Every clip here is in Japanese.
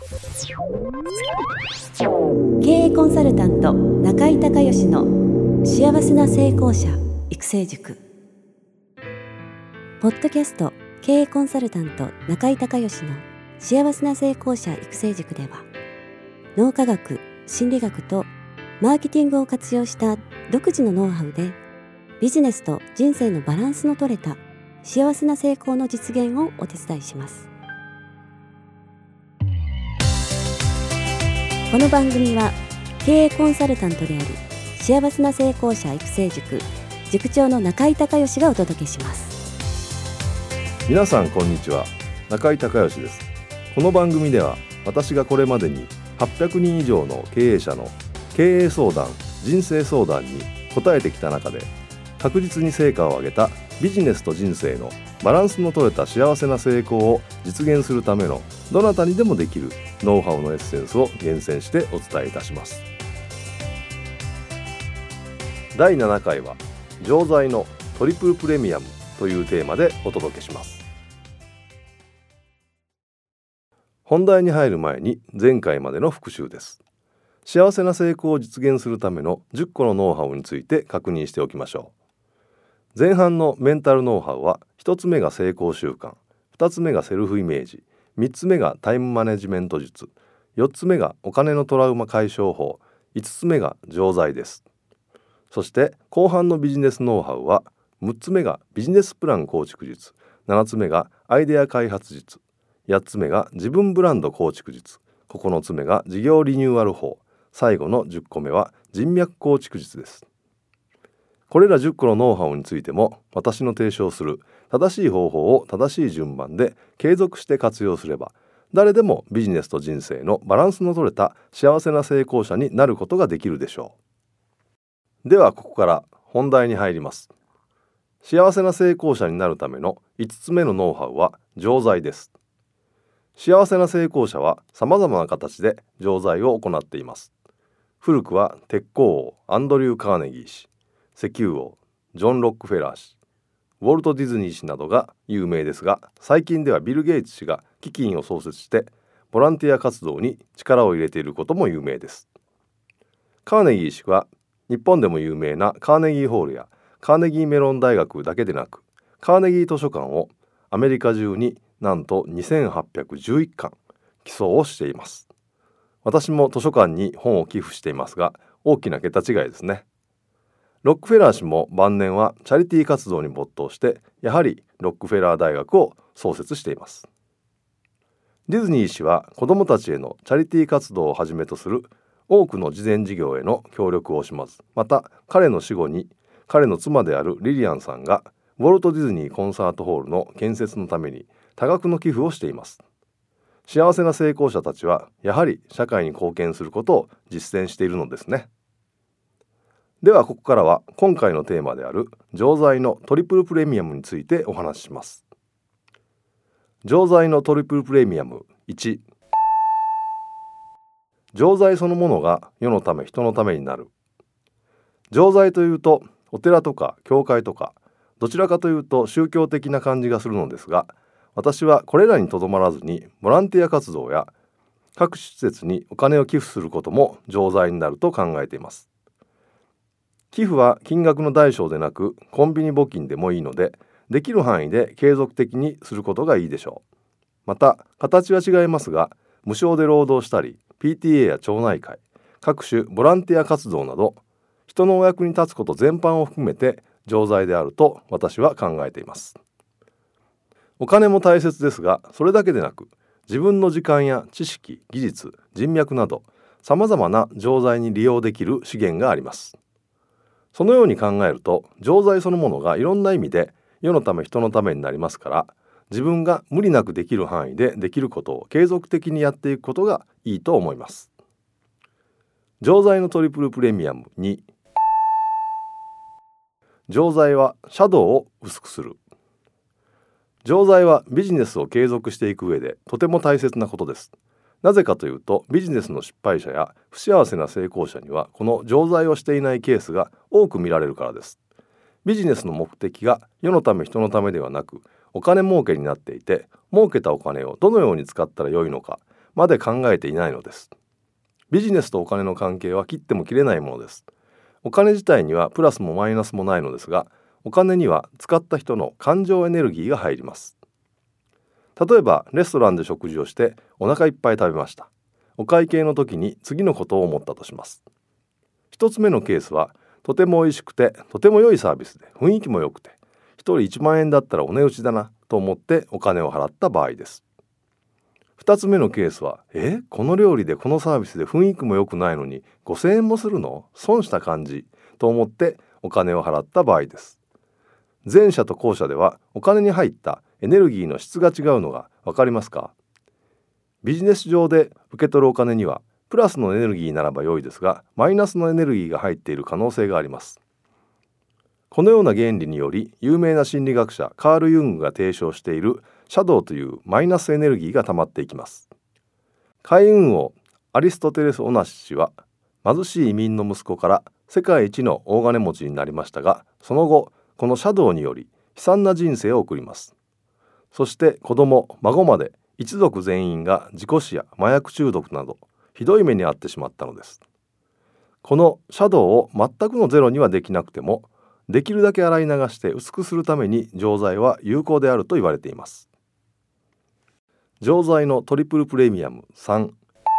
経営コンサルタント中井孝義の幸せな成功者育成塾。ポッドキャスト経営コンサルタント中井孝義の幸せな成功者育成塾では、脳科学、心理学とマーケティングを活用した独自のノウハウでビジネスと人生のバランスの取れた幸せな成功の実現をお手伝いします。この番組は経営コンサルタントであり幸せな成功者育成塾塾長の中井孝義がお届けします。 皆さんこんにちは、中井孝義です。この番組では私がこれまでに800人以上の経営者の経営相談、人生相談に答えてきた中で、確実に成果を上げたビジネスと人生のバランスの取れた幸せな成功を実現するためのどなたにでもできるノウハウのエッセンスを厳選してお伝えいたします。第7回は錠剤のトリプルプレミアムというテーマでお届けします。本題に入る前に前回までの復習です。幸せな成功を実現するための10個のノウハウについて確認しておきましょう。前半のメンタルノウハウは、1つ目が成功習慣、2つ目がセルフイメージ、3つ目がタイムマネジメント術、4つ目がお金のトラウマ解消法、5つ目が錠剤です。そして後半のビジネスノウハウは、6つ目がビジネスプラン構築術、7つ目がアイデア開発術、8つ目が自分ブランド構築術、9つ目が事業リニューアル法、最後の10個目は人脈構築術です。これら10個のノウハウについても、私の提唱する正しい方法を正しい順番で継続して活用すれば、誰でもビジネスと人生のバランスの取れた幸せな成功者になることができるでしょう。ではここから本題に入ります。幸せな成功者になるための5つ目のノウハウは錠剤です。幸せな成功者は様々な形で錠剤を行っています。古くは鉄鋼王アンドリュー・カーネギー氏、石油王ジョン・ロックフェラー氏、ウォルト・ディズニー氏などが有名ですが、最近ではビル・ゲイツ氏が基金を創設してボランティア活動に力を入れていることも有名です。カーネギー氏は日本でも有名なカーネギーホールやカーネギーメロン大学だけでなく、カーネギー図書館をアメリカ中になんと2811巻寄贈をしています。私も図書館に本を寄付していますが、大きな桁違いですね。ロックフェラー氏も晩年はチャリティー活動に没頭して、やはりロックフェラー大学を創設しています。ディズニー氏は子どもたちへのチャリティー活動をはじめとする多くの慈善事業への協力をします。また彼の死後に彼の妻であるリリアンさんがウォルト・ディズニーコンサートホールの建設のために多額の寄付をしています。幸せな成功者たちはやはり社会に貢献することを実践しているのですね。ではここからは今回のテーマである錠剤のトリプルプレミアムについてお話しします。錠剤のトリプルプレミアム1、錠剤そのものが世のため人のためになる。錠剤というとお寺とか教会とか、どちらかというと宗教的な感じがするのですが、私はこれらにとどまらずにボランティア活動や各施設にお金を寄付することも錠剤になると考えています。寄付は金額の大小でなくコンビニ募金でもいいので、できる範囲で継続的にすることがいいでしょう。また形は違いますが、無償で労働したり PTA や町内会、各種ボランティア活動など人のお役に立つこと全般を含めて錠剤であると私は考えています。お金も大切ですが、それだけでなく自分の時間や知識、技術、人脈などさまざまな錠剤に利用できる資源があります。そのように考えると、錠剤そのものがいろんな意味で世のため人のためになりますから、自分が無理なくできる範囲でできることを継続的にやっていくことがいいと思います。錠剤のトリプルプレミアム2、錠剤はシャドウを薄くする。錠剤はビジネスを継続していく上でとても大切なことです。なぜかというと、ビジネスの失敗者や不幸せな成功者にはこの錠剤をしていないケースが多く見られるからです。ビジネスの目的が世のため人のためではなくお金儲けになっていて、儲けたお金をどのように使ったらよいのか、 まで考えていないのです。ビジネスとお金の関係は切っても切れないものです。お金自体にはプラスもマイナスもないのですが、お金には使った人の感情エネルギーが入ります。例えばレストランで食事をしてお腹いっぱい食べました。お会計の時に次のことを思ったとします。一つ目のケースは、とても美味しくてとても良いサービスで雰囲気も良くて1人1万円だったらお値打ちだなと思ってお金を払った場合です。2つ目のケースは、この料理でこのサービスで雰囲気も良くないのに5000円もするの？損した感じと思ってお金を払った場合です。前者と後者ではお金に入ったエネルギーの質が違うのが分かりますか？ビジネス上で受け取るお金にはプラスのエネルギーならば良いですが、マイナスのエネルギーが入っている可能性があります。このような原理により、有名な心理学者カール・ユングが提唱しているシャドウというマイナスエネルギーが溜まっていきます。海運王アリストテレス・オナシ氏は貧しい移民の息子から世界一の大金持ちになりましたが、その後このシャドウにより悲惨な人生を送ります。そして子供孫まで一族全員が事故死や麻薬中毒などひどい目に遭ってしまったのです。このシャドウを全くのゼロにはできなくても、できるだけ洗い流して薄くするために錠剤は有効であると言われています。錠剤のトリプルプレミアム3。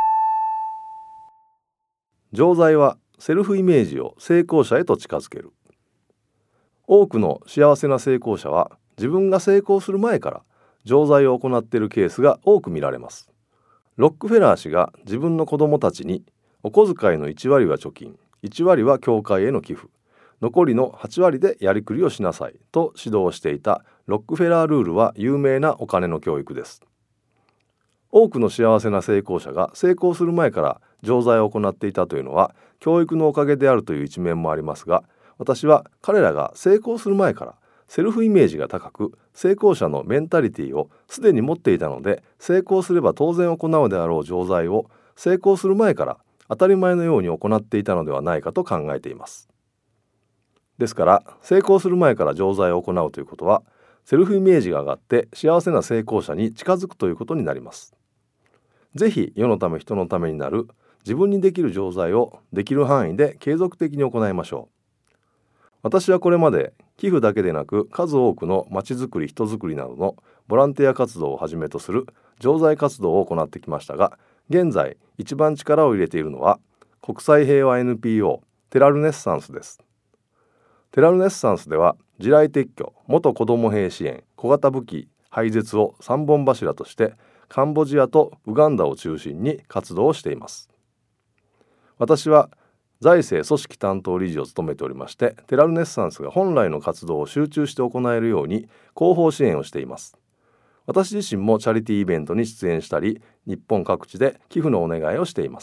錠剤はセルフイメージを成功者へと近づける。多くの幸せな成功者は自分が成功する前から錠剤を行っているケースが多く見られます。ロックフェラー氏が自分の子供たちにお小遣いの1割は貯金、1割は教会への寄付、残りの8割でやりくりをしなさいと指導していたロックフェラールールは有名なお金の教育です。多くの幸せな成功者が成功する前から錠剤を行っていたというのは教育のおかげであるという一面もありますが、私は彼らが成功する前からセルフイメージが高く、成功者のメンタリティをすでに持っていたので、成功すれば当然行うであろう錠剤を成功する前から当たり前のように行っていたのではないかと考えています。ですから成功する前から錠剤を行うということは、セルフイメージが上がって幸せな成功者に近づくということになります。ぜひ世のため人のためになる自分にできる錠剤をできる範囲で継続的に行いましょう。私はこれまで寄付だけでなく数多くのまちづくり人づくりなどのボランティア活動をはじめとする錠剤活動を行ってきましたが、現在一番力を入れているのは国際平和 NPO テラルネッサンスです。テラルネッサンスでは地雷撤去、元子ども兵支援、小型武器廃絶を3本柱としてカンボジアとウガンダを中心に活動をしています。私は財政組織担当理事を務めておりまして、テラルネッサンスが本来の活動を集中して行えるように広報支援をしています。私自身もチャリティーイベントに出演したり、日本各地で寄付のお願いをしています。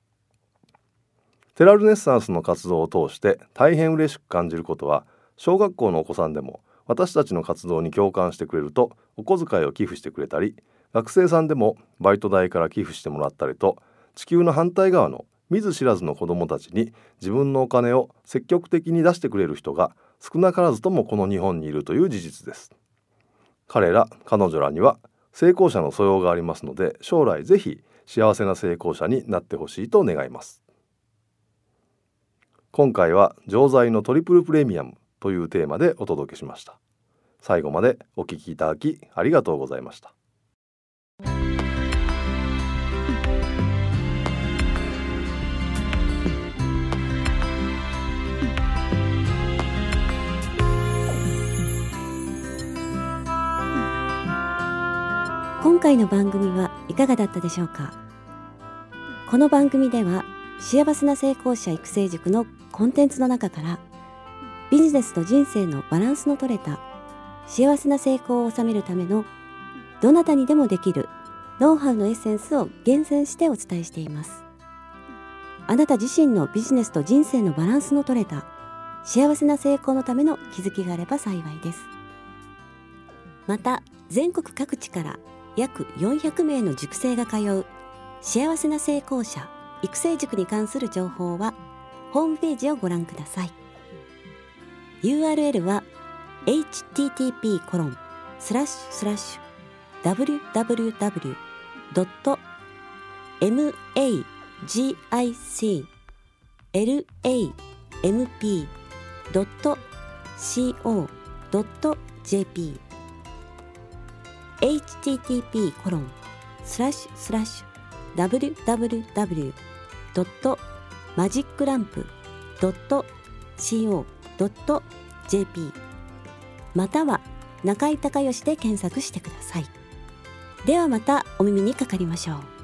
テラルネッサンスの活動を通して大変嬉しく感じることは、小学校のお子さんでも私たちの活動に共感してくれるとお小遣いを寄付してくれたり、学生さんでもバイト代から寄付してもらったりと、地球の反対側の見ず知らずの子どもたちに自分のお金を積極的に出してくれる人が少なからずともこの日本にいるという事実です。彼ら彼女らには成功者の素養がありますので、将来ぜひ幸せな成功者になってほしいと願います。今回は錠剤のトリプルプレミアムというテーマでお届けしました。最後までお聞きいただきありがとうございました。 今回の番組はいかがだったでしょうか。この番組では幸せな成功者育成塾のコンテンツの中から、ビジネスと人生のバランスの取れた幸せな成功を収めるためのどなたにでもできるノウハウのエッセンスを厳選してお伝えしています。あなた自身のビジネスと人生のバランスの取れた幸せな成功のための気づきがあれば幸いです。また全国各地から約400名の塾生が通う幸せな成功者育成塾に関する情報はホームページをご覧ください。 URL は http://www.幸 magiclamp.co.jp http://www.magiclamp.co.jp または中井孝義で検索してください。ではまたお耳にかかりましょう。